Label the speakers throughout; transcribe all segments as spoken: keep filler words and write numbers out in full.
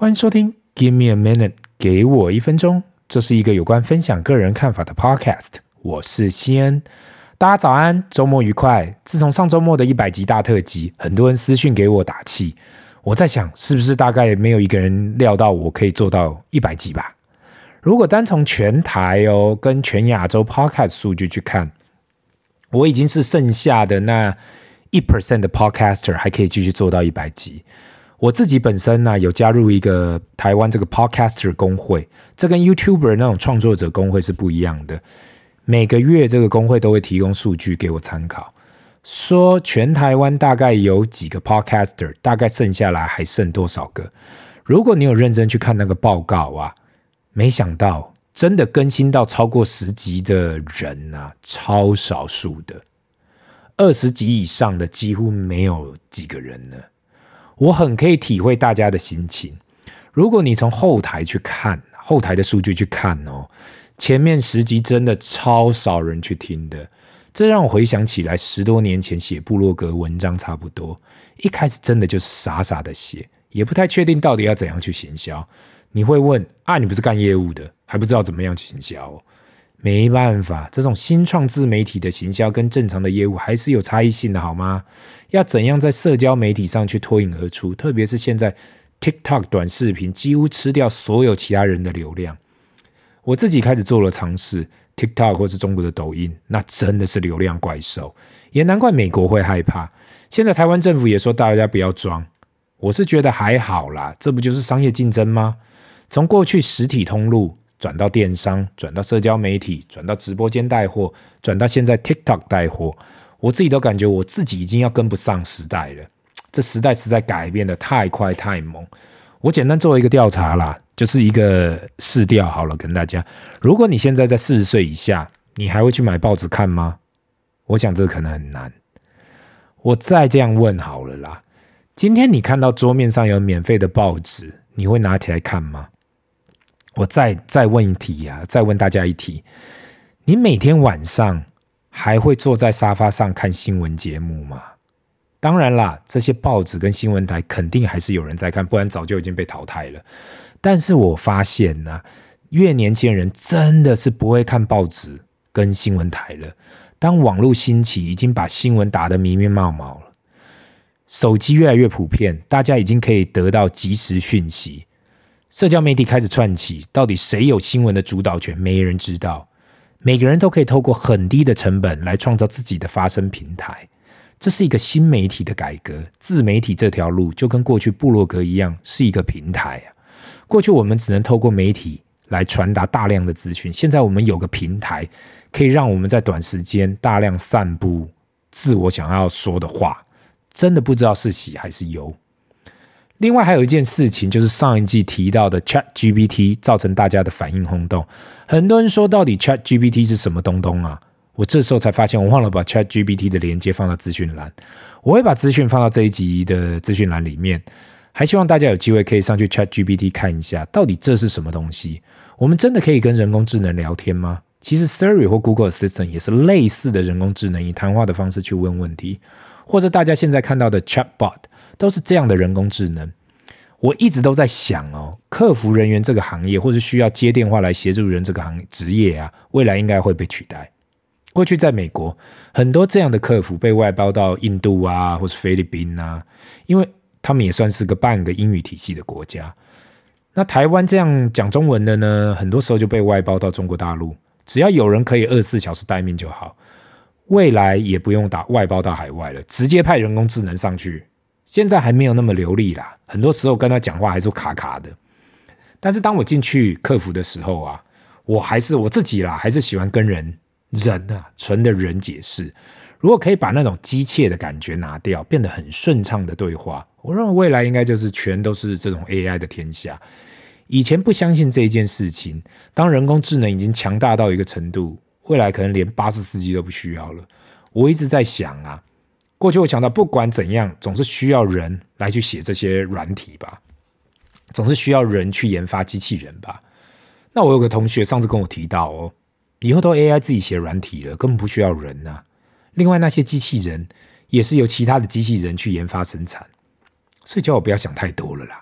Speaker 1: 欢迎收听 Give me a minute， 给我一分钟。这是一个有关分享个人看法的 podcast。我是西恩，大家早安，周末愉快。自从上周末的一百集大特辑，很多人私讯给我打气。我在想，是不是大概没有一个人料到我可以做到一百集吧？如果单从全台哦跟全亚洲 podcast 数据去看，我已经是剩下的那 百分之一 的 podcaster 还可以继续做到一百集。我自己本身呢、啊、有加入一个台湾这个 podcaster 工会，这跟 YouTuber 那种创作者工会是不一样的。每个月这个工会都会提供数据给我参考，说全台湾大概有几个 podcaster， 大概剩下来还剩多少个。如果你有认真去看那个报告啊，没想到真的更新到超过十集的人啊，超少数的。二十集以上的几乎没有几个人呢。我很可以体会大家的心情。如果你从后台去看，后台的数据去看哦，前面十集真的超少人去听的。这让我回想起来十多年前写部落格文章差不多，一开始真的就是傻傻的写，也不太确定到底要怎样去行销。你会问啊，你不是干业务的，还不知道怎么样去行销哦？没办法，这种新创自媒体的行销跟正常的业务还是有差异性的，好吗？要怎样在社交媒体上去脱颖而出，特别是现在 TikTok 短视频几乎吃掉所有其他人的流量。我自己开始做了尝试， TikTok 或是中国的抖音，那真的是流量怪兽，也难怪美国会害怕。现在台湾政府也说大家不要装，我是觉得还好啦，这不就是商业竞争吗？从过去实体通路转到电商，转到社交媒体，转到直播间带货，转到现在 TikTok 带货，我自己都感觉我自己已经要跟不上时代了。这时代实在改变得太快太猛。我简单做一个调查啦，就是一个试调好了，跟大家，如果你现在在四十岁以下，你还会去买报纸看吗？我想这可能很难。我再这样问好了啦，今天你看到桌面上有免费的报纸，你会拿起来看吗？我再再问一题啊，再问大家一题，你每天晚上还会坐在沙发上看新闻节目吗？当然啦，这些报纸跟新闻台肯定还是有人在看，不然早就已经被淘汰了。但是我发现啊，越年轻人真的是不会看报纸跟新闻台了。当网络兴起，已经把新闻打得迷迷冒冒了。手机越来越普遍，大家已经可以得到即时讯息。社交媒体开始串起，到底谁有新闻的主导权，没人知道。每个人都可以透过很低的成本来创造自己的发声平台。这是一个新媒体的改革，自媒体这条路就跟过去部落格一样，是一个平台啊。过去我们只能透过媒体来传达大量的资讯，现在我们有个平台，可以让我们在短时间大量散布自我想要说的话，真的不知道是喜还是忧。另外还有一件事情，就是上一季提到的 ChatGPT 造成大家的反应轰动。很多人说到底 ChatGPT 是什么东东啊？我这时候才发现我忘了把 ChatGPT 的连接放到资讯栏，我会把资讯放到这一集的资讯栏里面，还希望大家有机会可以上去 ChatGPT 看一下，到底这是什么东西。我们真的可以跟人工智能聊天吗？其实 Siri 或 Google Assistant 也是类似的人工智能，以谈话的方式去问问题，或者大家现在看到的 Chatbot 都是这样的人工智能。我一直都在想哦，客服人员这个行业，或是需要接电话来协助人这个行业职业啊，未来应该会被取代。过去在美国，很多这样的客服被外包到印度啊，或是菲律宾啊，因为他们也算是个半个英语体系的国家。那台湾这样讲中文的呢，很多时候就被外包到中国大陆，只要有人可以二十四小时待命就好。未来也不用打外包到海外了，直接派人工智能上去。现在还没有那么流利啦，很多时候跟他讲话还是卡卡的。但是当我进去客服的时候啊，我还是我自己啦，还是喜欢跟人人啊，纯的人解释。如果可以把那种机械的感觉拿掉，变得很顺畅的对话，我认为未来应该就是全都是这种 A I 的天下。以前不相信这一件事情，当人工智能已经强大到一个程度，未来可能连巴士司机都不需要了。我一直在想啊，过去我想到不管怎样，总是需要人来去写这些软体吧，总是需要人去研发机器人吧。那我有个同学上次跟我提到哦，以后都 A I 自己写软体了，根本不需要人啊。另外那些机器人也是由其他的机器人去研发生产，所以叫我不要想太多了啦。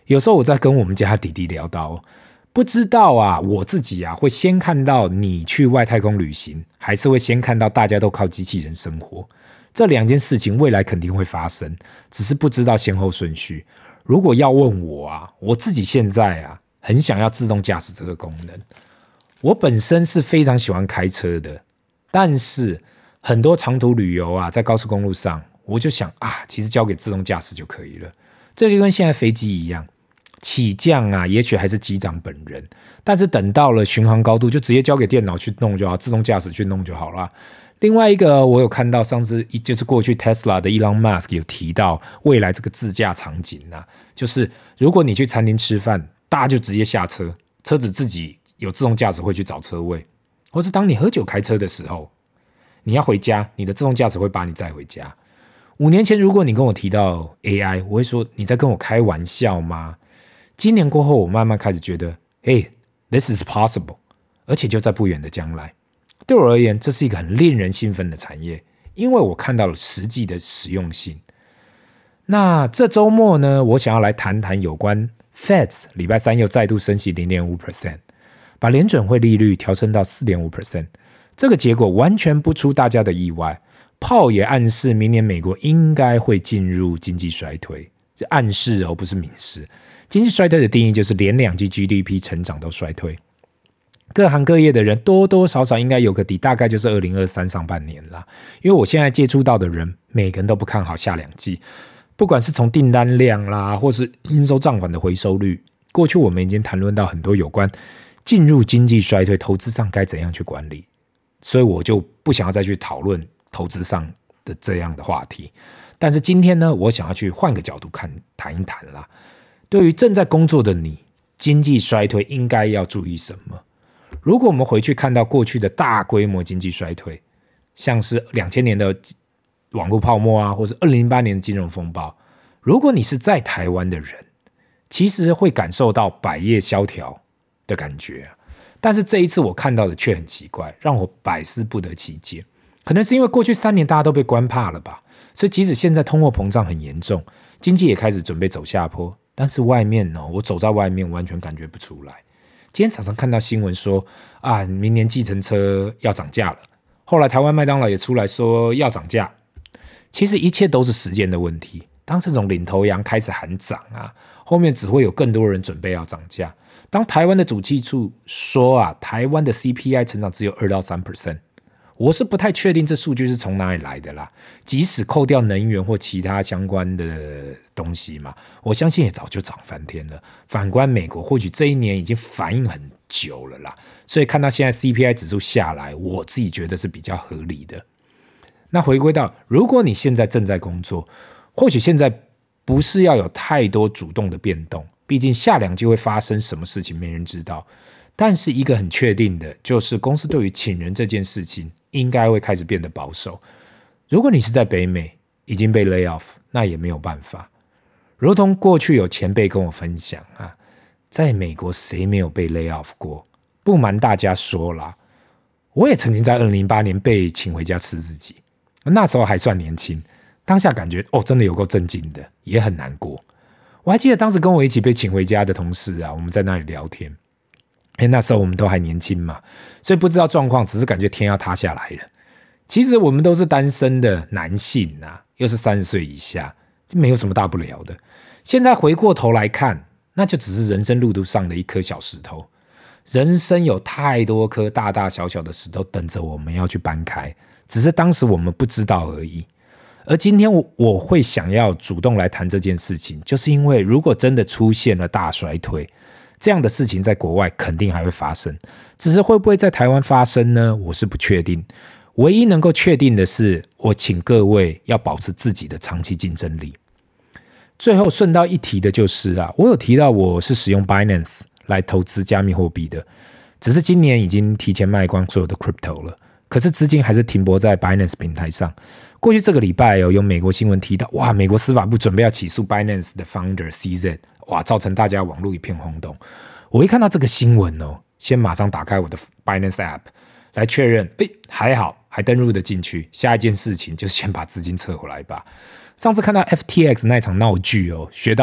Speaker 1: 有时候我在跟我们家弟弟聊到，不知道啊，我自己啊会先看到你去外太空旅行，还是会先看到大家都靠机器人生活？这两件事情未来肯定会发生，只是不知道先后顺序。如果要问我啊，我自己现在啊很想要自动驾驶这个功能。我本身是非常喜欢开车的，但是很多长途旅游啊，在高速公路上，我就想啊，其实交给自动驾驶就可以了。这就跟现在飞机一样，起降啊，也许还是机长本人，但是等到了巡航高度，就直接交给电脑去弄就好，自动驾驶去弄就好了。另外一个，我有看到上次就是过去 Tesla 的 Elon Musk 有提到未来这个自驾场景啊，就是如果你去餐厅吃饭，大家就直接下车，车子自己有自动驾驶会去找车位，或是当你喝酒开车的时候，你要回家，你的自动驾驶会把你载回家。五年前如果你跟我提到 A I， 我会说你在跟我开玩笑吗？今年过后，我慢慢开始觉得 Hey, this is possible， 而且就在不远的将来。对我而言，这是一个很令人兴奋的产业，因为我看到了实际的实用性。那这周末呢，我想要来谈谈有关 Fed 礼拜三又再度升息 百分之零点五， 把联准会利率调升到 百分之四点五， 这个结果完全不出大家的意外。炮也暗示明年美国应该会进入经济衰退，这暗示哦，不是明示。经济衰退的定义就是连两季 G D P 成长都衰退。各行各业的人多多少少应该有个底，大概就是二零二三上半年啦。因为我现在接触到的人，每个人都不看好下两季，不管是从订单量啦，或是应收账款的回收率。过去我们已经谈论到很多有关进入经济衰退，投资上该怎样去管理，所以我就不想要再去讨论投资上的这样的话题。但是今天呢，我想要去换个角度看谈一谈啦。对于正在工作的你，经济衰退应该要注意什么？如果我们回去看到过去的大规模经济衰退，像是两千年的网络泡沫啊，或是二零零八年的金融风暴，如果你是在台湾的人，其实会感受到百业萧条的感觉啊。但是这一次我看到的却很奇怪，让我百思不得其解。可能是因为过去三年大家都被关怕了吧，所以即使现在通货膨胀很严重，经济也开始准备走下坡，但是外面哦，我走在外面完全感觉不出来。今天早上看到新闻说啊，明年计程车要涨价了，后来台湾麦当劳也出来说要涨价。其实一切都是时间的问题，当这种领头羊开始喊涨啊，后面只会有更多人准备要涨价。当台湾的主计处说啊，台湾的 C P I 成长只有 百分之二到三， 我是不太确定这数据是从哪里来的啦。即使扣掉能源或其他相关的东西嘛，我相信也早就涨翻天了。反观美国，或许这一年已经反应很久了啦，所以看到现在 C P I 指数下来，我自己觉得是比较合理的。那回归到，如果你现在正在工作，或许现在不是要有太多主动的变动，毕竟下两季会发生什么事情没人知道。但是一个很确定的就是公司对于请人这件事情应该会开始变得保守。如果你是在北美已经被 lay off， 那也没有办法。如同过去有前辈跟我分享啊，在美国谁没有被 lay off 过？不瞒大家说啦，我也曾经在二零零八年被请回家吃自己，那时候还算年轻，当下感觉哦，真的有够震惊的，也很难过。我还记得当时跟我一起被请回家的同事啊，我们在那里聊天。因为那时候我们都还年轻嘛，所以不知道状况，只是感觉天要塌下来了。其实我们都是单身的男性啊，又是三十岁以下，没有什么大不了的。现在回过头来看，那就只是人生路途上的一颗小石头。人生有太多颗大大小小的石头等着我们要去搬开，只是当时我们不知道而已。而今天 我, 我会想要主动来谈这件事情，就是因为如果真的出现了大衰退，这样的事情在国外肯定还会发生，只是会不会在台湾发生呢？我是不确定。唯一能够确定的是，我请各位要保持自己的长期竞争力。最后顺道一提的就是啊，我有提到我是使用 Binance 来投资加密货币的，只是今年已经提前卖光所有的 crypto 了，可是资金还是停泊在 Binance 平台上。过去这个礼拜有美国新闻提到，哇，美国司法部准备要起诉 Binance 的 founder C Z， 哇，造成大家网络一片轰动。我一看到这个新闻哦，先马上打开我的 Binance App 来确认，诶，还好，还登入得进去。下一件事情就是先把资金撤回来吧。上次看到 F T X 那场闹剧哦，学到了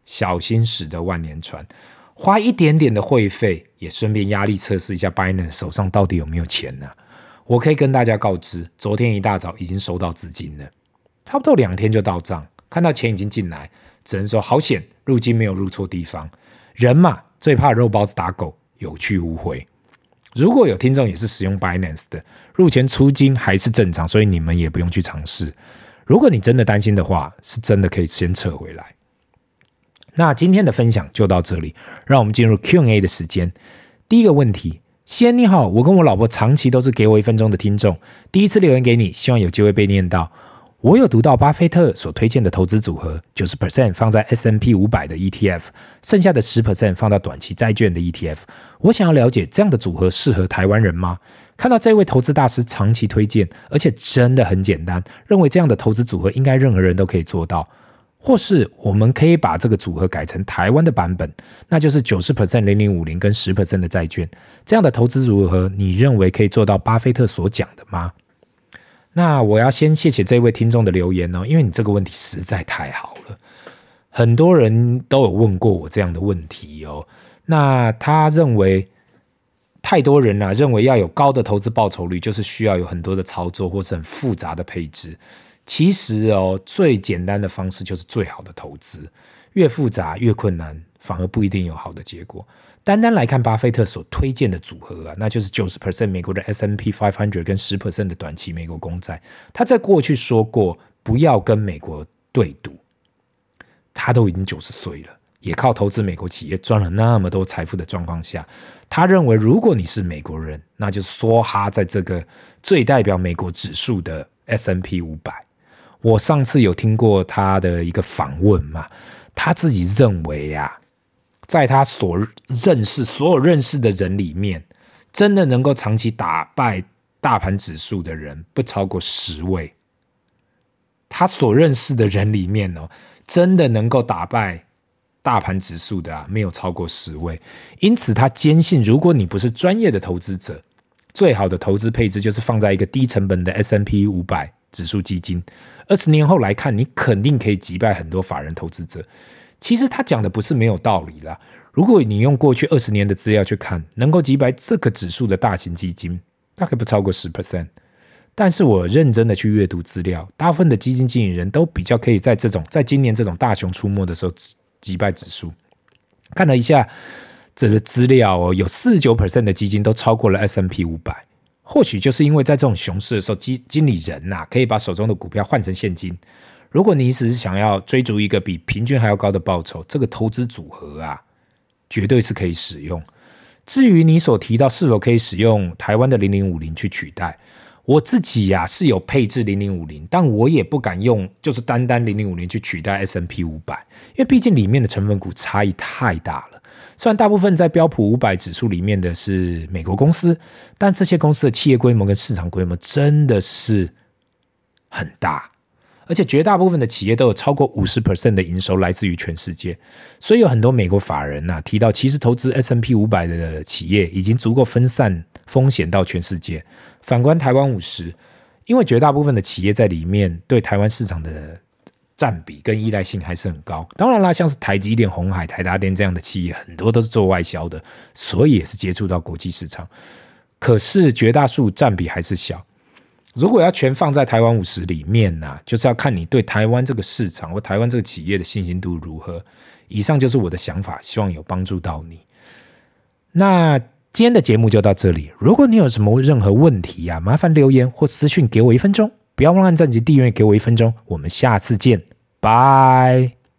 Speaker 1: 小心驶得万年船，花一点点的会费，也顺便压力测试一下 Binance 手上到底有没有钱呢、啊？我可以跟大家告知，昨天一大早已经收到资金了，差不多两天就到账，看到钱已经进来，只能说好险，入金没有入错地方。人嘛，最怕肉包子打狗，有去无回。如果有听众也是使用 Binance 的，入钱出金还是正常，所以你们也不用去尝试。如果你真的担心的话，是真的可以先撤回来。那今天的分享就到这里，让我们进入 Q and A 的时间。第一个问题，西恩你好，我跟我老婆长期都是给我一分钟的听众，第一次留言给你，希望有机会被念到。我有读到巴菲特所推荐的投资组合 百分之九十 放在 S and P 五百 的 E T F， 剩下的 百分之十 放到短期债券的 E T F。 我想要了解这样的组合适合台湾人吗？看到这位投资大师长期推荐，而且真的很简单，认为这样的投资组合应该任何人都可以做到。或是我们可以把这个组合改成台湾的版本，那就是 百分之九十 零零五零 跟 百分之十 的债券。这样的投资组合你认为可以做到巴菲特所讲的吗？那我要先谢谢这位听众的留言哦，因为你这个问题实在太好了，很多人都有问过我这样的问题哦。那他认为太多人啊，认为要有高的投资报酬率，就是需要有很多的操作或是很复杂的配置。其实哦，最简单的方式就是最好的投资，越复杂越困难，反而不一定有好的结果。单单来看巴菲特所推荐的组合啊，那就是 百分之九十 美国的 S and P 五百跟 百分之十 的短期美国公债。他在过去说过，不要跟美国对赌。他都已经九十岁了，也靠投资美国企业赚了那么多财富的状况下，他认为如果你是美国人，那就梭哈在这个最代表美国指数的 S and P 五百。我上次有听过他的一个访问嘛，他自己认为啊，在他所认识所有认识的人里面，真的能够长期打败大盘指数的人不超过十位。他所认识的人里面哦，真的能够打败大盘指数的啊，没有超过十位。因此他坚信，如果你不是专业的投资者，最好的投资配置就是放在一个低成本的 S and P 五百指数基金。二十年后来看，你肯定可以击败很多法人投资者。其实他讲的不是没有道理啦。如果你用过去二十年的资料去看，能够击败这个指数的大型基金大概不超过 百分之十。 但是我认真的去阅读资料，大部分的基金经理人都比较可以在这种在今年这种大熊出没的时候击败指数。看了一下这个资料哦，有 百分之四十九 的基金都超过了 S and P 五百。或许就是因为在这种熊市的时候，经理人啊可以把手中的股票换成现金。如果你只是想要追逐一个比平均还要高的报酬，这个投资组合啊绝对是可以使用。至于你所提到是否可以使用台湾的零零五零去取代，我自己啊是有配置零零五零，但我也不敢用就是单单零零五零去取代 S and P 五百， 因为毕竟里面的成分股差异太大了。虽然大部分在标普五百指数里面的是美国公司，但这些公司的企业规模跟市场规模真的是很大，而且绝大部分的企业都有超过 百分之五十 的营收来自于全世界。所以有很多美国法人啊提到，其实投资 S and P 五百 的企业已经足够分散风险到全世界。反观台湾五十，因为绝大部分的企业在里面对台湾市场的占比跟依赖性还是很高。当然啦，像是台积电、鸿海、台达电这样的企业，很多都是做外销的，所以也是接触到国际市场。可是绝大数占比还是小。如果要全放在台湾五十里面啊，就是要看你对台湾这个市场或台湾这个企业的信心度如何。以上就是我的想法，希望有帮助到你。那今天的节目就到这里，如果你有什么任何问题啊，麻烦留言或私讯给我一分钟，不要忘了按赞及订阅给我一分钟，我们下次见，拜。